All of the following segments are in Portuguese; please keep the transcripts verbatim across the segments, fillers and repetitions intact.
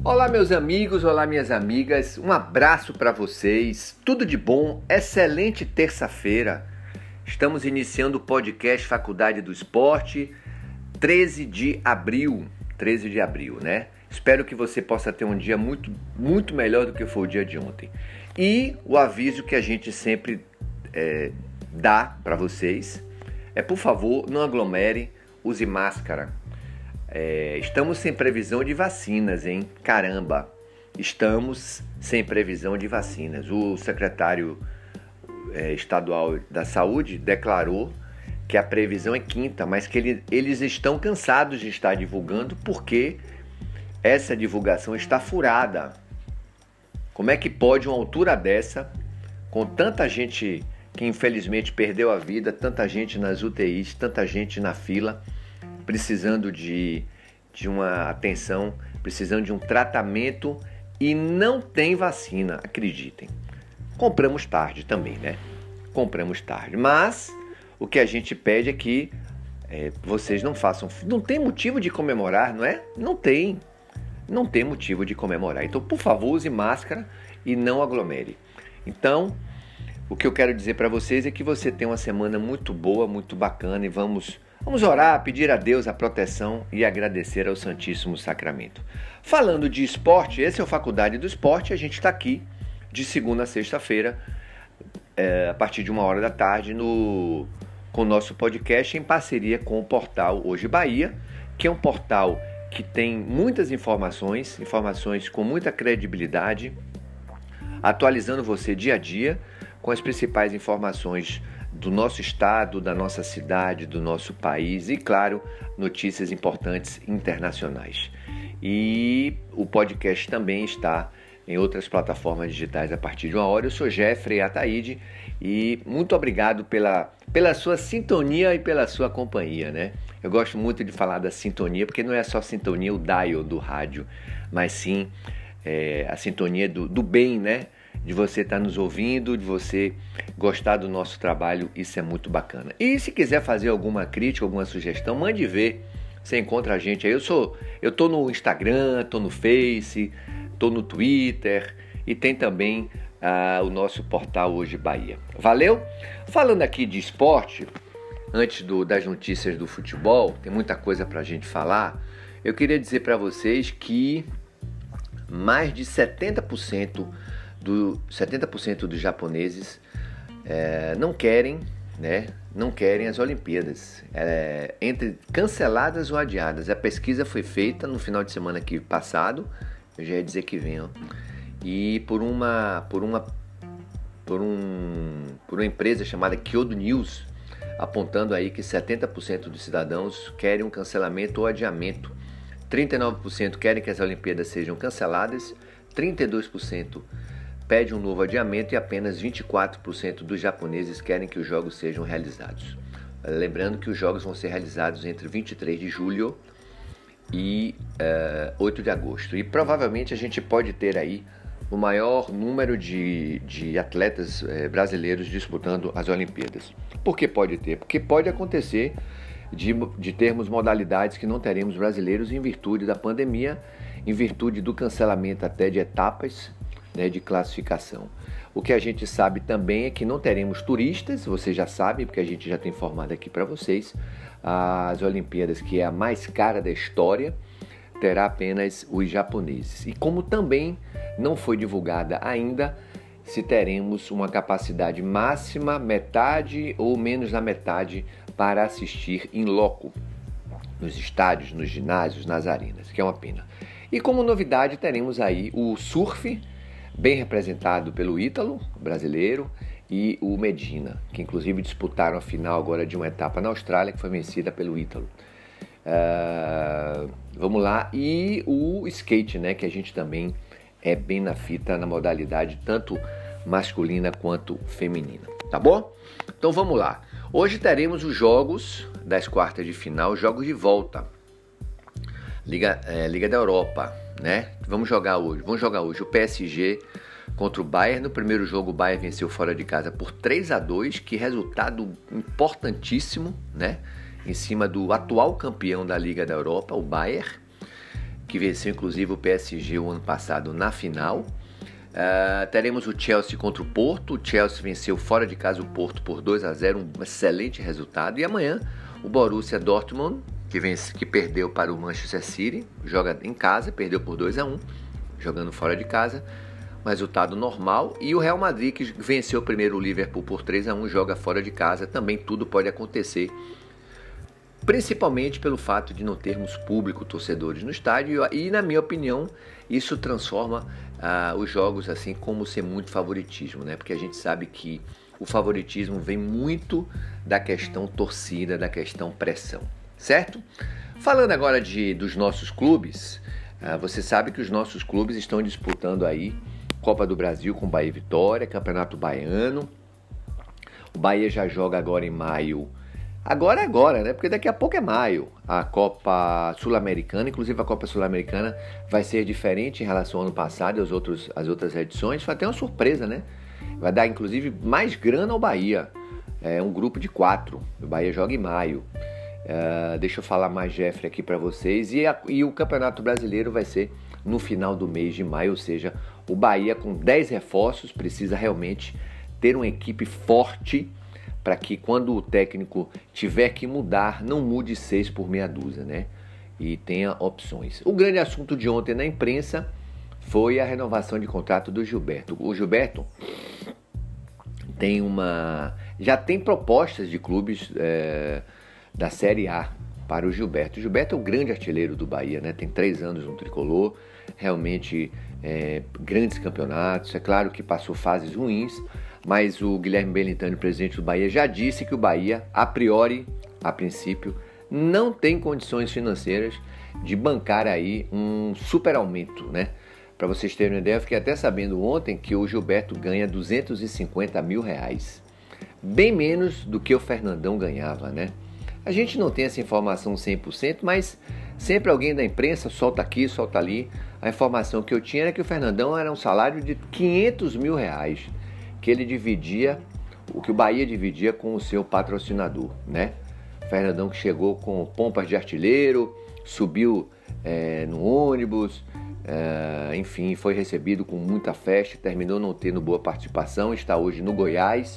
Olá meus amigos, olá minhas amigas, um abraço para vocês, tudo de bom, excelente terça-feira. Estamos iniciando o podcast Faculdade do Esporte, treze de abril, treze de abril, né? Espero que você possa ter um dia muito, muito melhor do que foi o dia de ontem. E o aviso que a gente sempre é, dá para vocês é, por favor, não aglomere, use máscara. É, estamos sem previsão de vacinas, hein? Caramba! Estamos sem previsão de vacinas. O secretário é, estadual da Saúde declarou que a previsão é quinta, mas que ele, eles estão cansados de estar divulgando porque essa divulgação está furada. Como é que pode uma altura dessa, com tanta gente que infelizmente perdeu a vida, tanta gente nas U T Is, tanta gente na fila, precisando de, de uma atenção, precisando de um tratamento e não tem vacina, acreditem. Compramos tarde também, né? Compramos tarde, mas o que a gente pede é que é, vocês não façam... Não tem motivo de comemorar, não é? Não tem. Não tem motivo de comemorar. Então, por favor, use máscara e não aglomere. Então, o que eu quero dizer para vocês é que você tem uma semana muito boa, muito bacana e vamos... Vamos orar, pedir a Deus a proteção e agradecer ao Santíssimo Sacramento. Falando de esporte, esse é o Faculdade do Esporte, a gente está aqui de segunda a sexta-feira, é, a partir de uma hora da tarde, no, com o nosso podcast em parceria com o portal Hoje Bahia, que é um portal que tem muitas informações, informações com muita credibilidade, atualizando você dia a dia com as principais informações do nosso estado, da nossa cidade, do nosso país e, claro, notícias importantes internacionais. E o podcast também está em outras plataformas digitais a partir de uma hora. Eu sou Jeffrey Ataíde e muito obrigado pela, pela sua sintonia e pela sua companhia, né? Eu gosto muito de falar da sintonia, porque não é só sintonia, o dial do rádio, mas sim é, a sintonia do, do bem, né? De você estar nos ouvindo, de você gostar do nosso trabalho, isso é muito bacana. E se quiser fazer alguma crítica, alguma sugestão, mande ver. Você encontra a gente aí. Eu sou, eu tô no Instagram, tô no Face, tô no Twitter e tem também ah, o nosso portal Hoje Bahia. Valeu? Falando aqui de esporte, antes do, das notícias do futebol, tem muita coisa pra gente falar. Eu queria dizer para vocês que mais de setenta por cento Do, setenta por cento dos japoneses é, não querem, né, não querem as Olimpíadas, é, entre canceladas ou adiadas. A pesquisa foi feita no final de semana aqui passado, eu já ia dizer que vem, ó, e por uma, por uma, por um, por uma empresa chamada Kyodo News, apontando aí que setenta por cento dos cidadãos querem um cancelamento ou adiamento, trinta e nove por cento querem que as Olimpíadas sejam canceladas, trinta e dois por cento pede um novo adiamento e apenas vinte e quatro por cento dos japoneses querem que os jogos sejam realizados. Lembrando que os jogos vão ser realizados entre vinte e três de julho e uh, oito de agosto. E provavelmente a gente pode ter aí o maior número de, de atletas eh, brasileiros disputando as Olimpíadas. Por que pode ter? Porque pode acontecer de, de termos modalidades que não teremos brasileiros em virtude da pandemia, em virtude do cancelamento até de etapas, né, de classificação. O que a gente sabe também é que não teremos turistas, você já sabe, porque a gente já tem informado aqui para vocês, as Olimpíadas, que é a mais cara da história, terá apenas os japoneses. E como também não foi divulgada ainda se teremos uma capacidade máxima, metade ou menos da metade para assistir em loco, nos estádios, nos ginásios, nas arenas, que é uma pena. E como novidade teremos aí o surf, bem representado pelo Ítalo, brasileiro, e o Medina, que inclusive disputaram a final agora de uma etapa na Austrália, que foi vencida pelo Ítalo. Uh, vamos lá, e o skate, né, que a gente também é bem na fita na modalidade tanto masculina quanto feminina, tá bom? Então vamos lá. Hoje teremos os jogos das quartas de final, jogos de volta, Liga, é, Liga da Europa, né? Vamos jogar hoje. Vamos jogar hoje o P S G contra o Bayern. No primeiro jogo o Bayern venceu fora de casa por três a dois, que resultado importantíssimo, né? Em cima do atual campeão da Liga da Europa, o Bayern, que venceu inclusive o P S G o ano passado na final. Uh, teremos o Chelsea contra o Porto. O Chelsea venceu fora de casa o Porto por dois a zero, um excelente resultado. E amanhã o Borussia Dortmund, que, vence, que perdeu para o Manchester City, joga em casa, perdeu por dois a um, jogando fora de casa, um resultado normal. E o Real Madrid, que venceu primeiro o Liverpool por três a um, joga fora de casa. Também tudo pode acontecer, principalmente pelo fato de não termos público, torcedores no estádio, e na minha opinião isso transforma uh, os jogos assim como ser muito favoritismo, né? Porque a gente sabe que o favoritismo vem muito da questão torcida, da questão pressão, certo? Falando agora de, dos nossos clubes, uh, você sabe que os nossos clubes estão disputando aí Copa do Brasil com Bahia e Vitória, Campeonato Baiano. O Bahia já joga agora em maio. Agora é agora, né? Porque daqui a pouco é maio, a Copa Sul-Americana. Inclusive a Copa Sul-Americana vai ser diferente em relação ao ano passado e às outros, às outras edições. Vai ter uma surpresa, né? Vai dar inclusive mais grana ao Bahia. É um grupo de quatro. O Bahia joga em maio. Uh, deixa eu falar mais, Jeffrey, aqui para vocês. E, a, e o Campeonato Brasileiro vai ser no final do mês de maio. Ou seja, o Bahia com dez reforços precisa realmente ter uma equipe forte, para que quando o técnico tiver que mudar, não mude seis por meia dúzia, né? E tenha opções. O grande assunto de ontem na imprensa foi a renovação de contrato do Gilberto. O Gilberto tem uma... já tem propostas de clubes é, da Série A para o Gilberto. O Gilberto é o grande artilheiro do Bahia, né? Tem três anos no tricolor, realmente é, grandes campeonatos. É claro que passou fases ruins, mas o Guilherme Belintani, presidente do Bahia, já disse que o Bahia, a priori, a princípio, não tem condições financeiras de bancar aí um super aumento, né? Para vocês terem uma ideia, eu fiquei até sabendo ontem que o Gilberto ganha duzentos e cinquenta mil reais. Bem menos do que o Fernandão ganhava, né? A gente não tem essa informação cem por cento, mas sempre alguém da imprensa solta aqui, solta ali. A informação que eu tinha era que o Fernandão era um salário de quinhentos mil reais. Que ele dividia, o que o Bahia dividia com o seu patrocinador, né? Fernandão que chegou com pompas de artilheiro, subiu é, no ônibus, é, enfim, foi recebido com muita festa, terminou não tendo boa participação, está hoje no Goiás.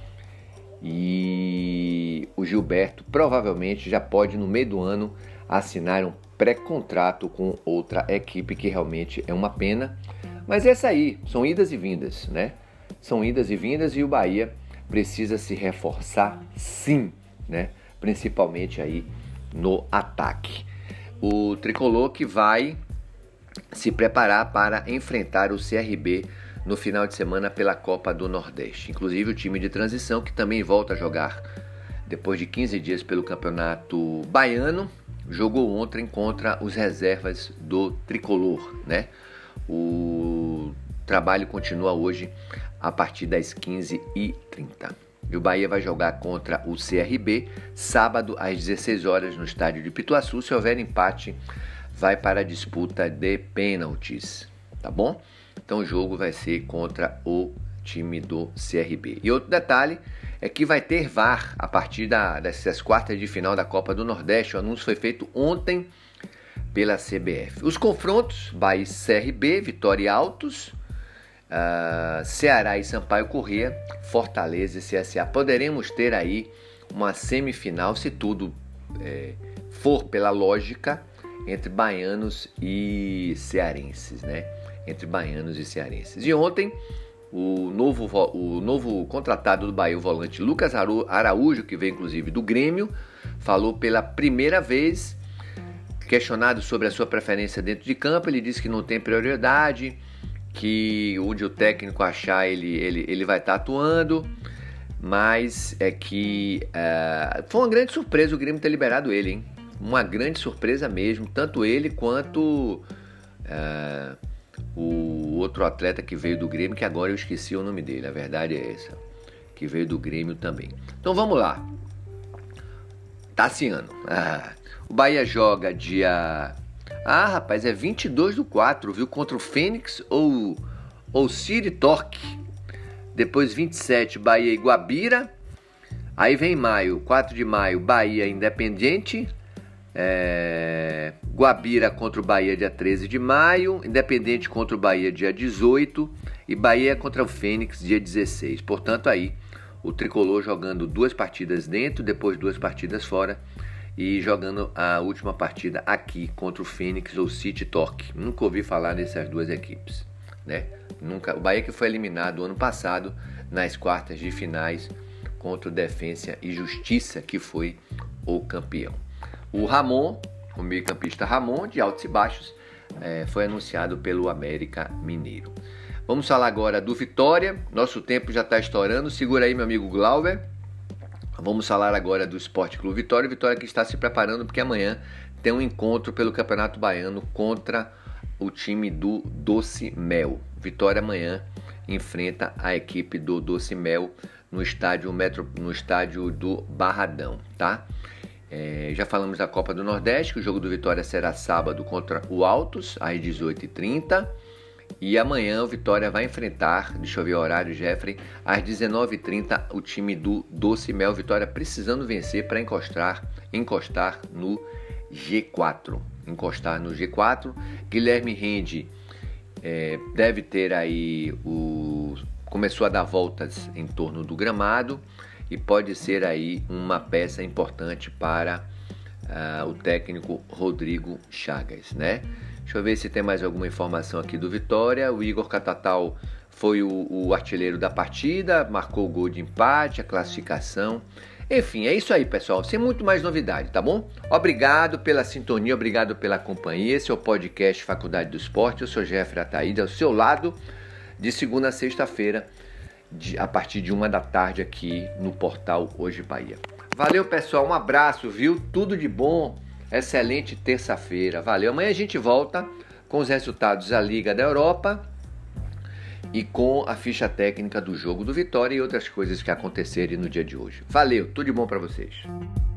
E o Gilberto provavelmente já pode, no meio do ano, assinar um pré-contrato com outra equipe, que realmente é uma pena. Mas é isso aí, são idas e vindas, né? São idas e vindas e o Bahia precisa se reforçar, sim, né? Principalmente aí no ataque. O tricolor que vai se preparar para enfrentar o C R B no final de semana pela Copa do Nordeste. Inclusive o time de transição, que também volta a jogar depois de quinze dias pelo Campeonato Baiano, jogou ontem contra os reservas do tricolor, né? O trabalho continua hoje a partir das quinze e trinta. E o Bahia vai jogar contra o C R B sábado às dezesseis horas no estádio de Pituaçu. Se houver empate, vai para a disputa de pênaltis, tá bom? Então o jogo vai ser contra o time do C R B. E outro detalhe é que vai ter V A R a partir da, dessas quartas de final da Copa do Nordeste. O anúncio foi feito ontem pela C B F. Os confrontos: Bahia e C R B, Vitória e Altos, uh, Ceará e Sampaio Corrêa, Fortaleza e C S A. Poderemos ter aí uma semifinal, se tudo é, for pela lógica, entre baianos e cearenses, né? Entre baianos e cearenses. E ontem, o novo, o novo contratado do Bahia, o volante Lucas Araújo, que veio inclusive do Grêmio, falou pela primeira vez. Questionado sobre a sua preferência dentro de campo, ele disse que não tem prioridade, que onde o técnico achar ele, ele, ele vai estar atuando, mas é que uh, foi uma grande surpresa o Grêmio ter liberado ele, hein? Uma grande surpresa mesmo, tanto ele quanto uh, o outro atleta que veio do Grêmio, que agora eu esqueci o nome dele, a verdade é essa, que veio do Grêmio também. Então vamos lá. Tassiano. Ah, o Bahia joga dia... Ah, rapaz, é vinte e dois do quatro, viu? Contra o Fênix ou, ou City Torque. Depois vinte e sete, Bahia e Guabira. Aí vem maio, quatro de maio, Bahia Independiente. É... Guabira contra o Bahia dia treze de maio, Independente contra o Bahia dia dezoito e Bahia contra o Fênix dia dezesseis. Portanto, aí o Tricolor jogando duas partidas dentro, depois duas partidas fora e jogando a última partida aqui contra o Fênix ou City Torque. Nunca ouvi falar dessas duas equipes, né? Nunca. O Bahia que foi eliminado ano passado nas quartas de finais contra o Defensa e Justiça, que foi o campeão. O Ramon, o meio-campista Ramon, de altos e baixos, é, foi anunciado pelo América Mineiro. Vamos falar agora do Vitória. Nosso tempo já está estourando. Segura aí, meu amigo Glauber. Vamos falar agora do Sport Clube Vitória. Vitória que está se preparando porque amanhã tem um encontro pelo Campeonato Baiano contra o time do Doce Mel. Vitória amanhã enfrenta a equipe do Doce Mel no estádio, metro, no estádio do Barradão, tá? É, já falamos da Copa do Nordeste, que o jogo do Vitória será sábado contra o Altos, às dezoito e trinta. E amanhã o Vitória vai enfrentar, deixa eu ver o horário, Jeffrey, às dezenove e trinta, o time do Doce Mel. Vitória precisando vencer para encostar, encostar no G quatro. Encostar no G quatro. Guilherme Rende é, deve ter aí o... começou a dar voltas em torno do gramado e pode ser aí uma peça importante para uh, o técnico Rodrigo Chagas, né? Deixa eu ver se tem mais alguma informação aqui do Vitória. O Igor Catatal foi o, o artilheiro da partida, marcou o gol de empate, a classificação. Enfim, é isso aí, pessoal. Sem muito mais novidade, tá bom? Obrigado pela sintonia, obrigado pela companhia. Esse é o podcast Faculdade do Esporte. Eu sou Jeffrey Ataíde, ao seu lado, de segunda a sexta-feira, de, a partir de uma da tarde aqui no portal Hoje Bahia. Valeu, pessoal. Um abraço, viu? Tudo de bom. Excelente terça-feira. Valeu. Amanhã a gente volta com os resultados da Liga da Europa e com a ficha técnica do jogo do Vitória e outras coisas que acontecerem no dia de hoje. Valeu. Tudo de bom para vocês.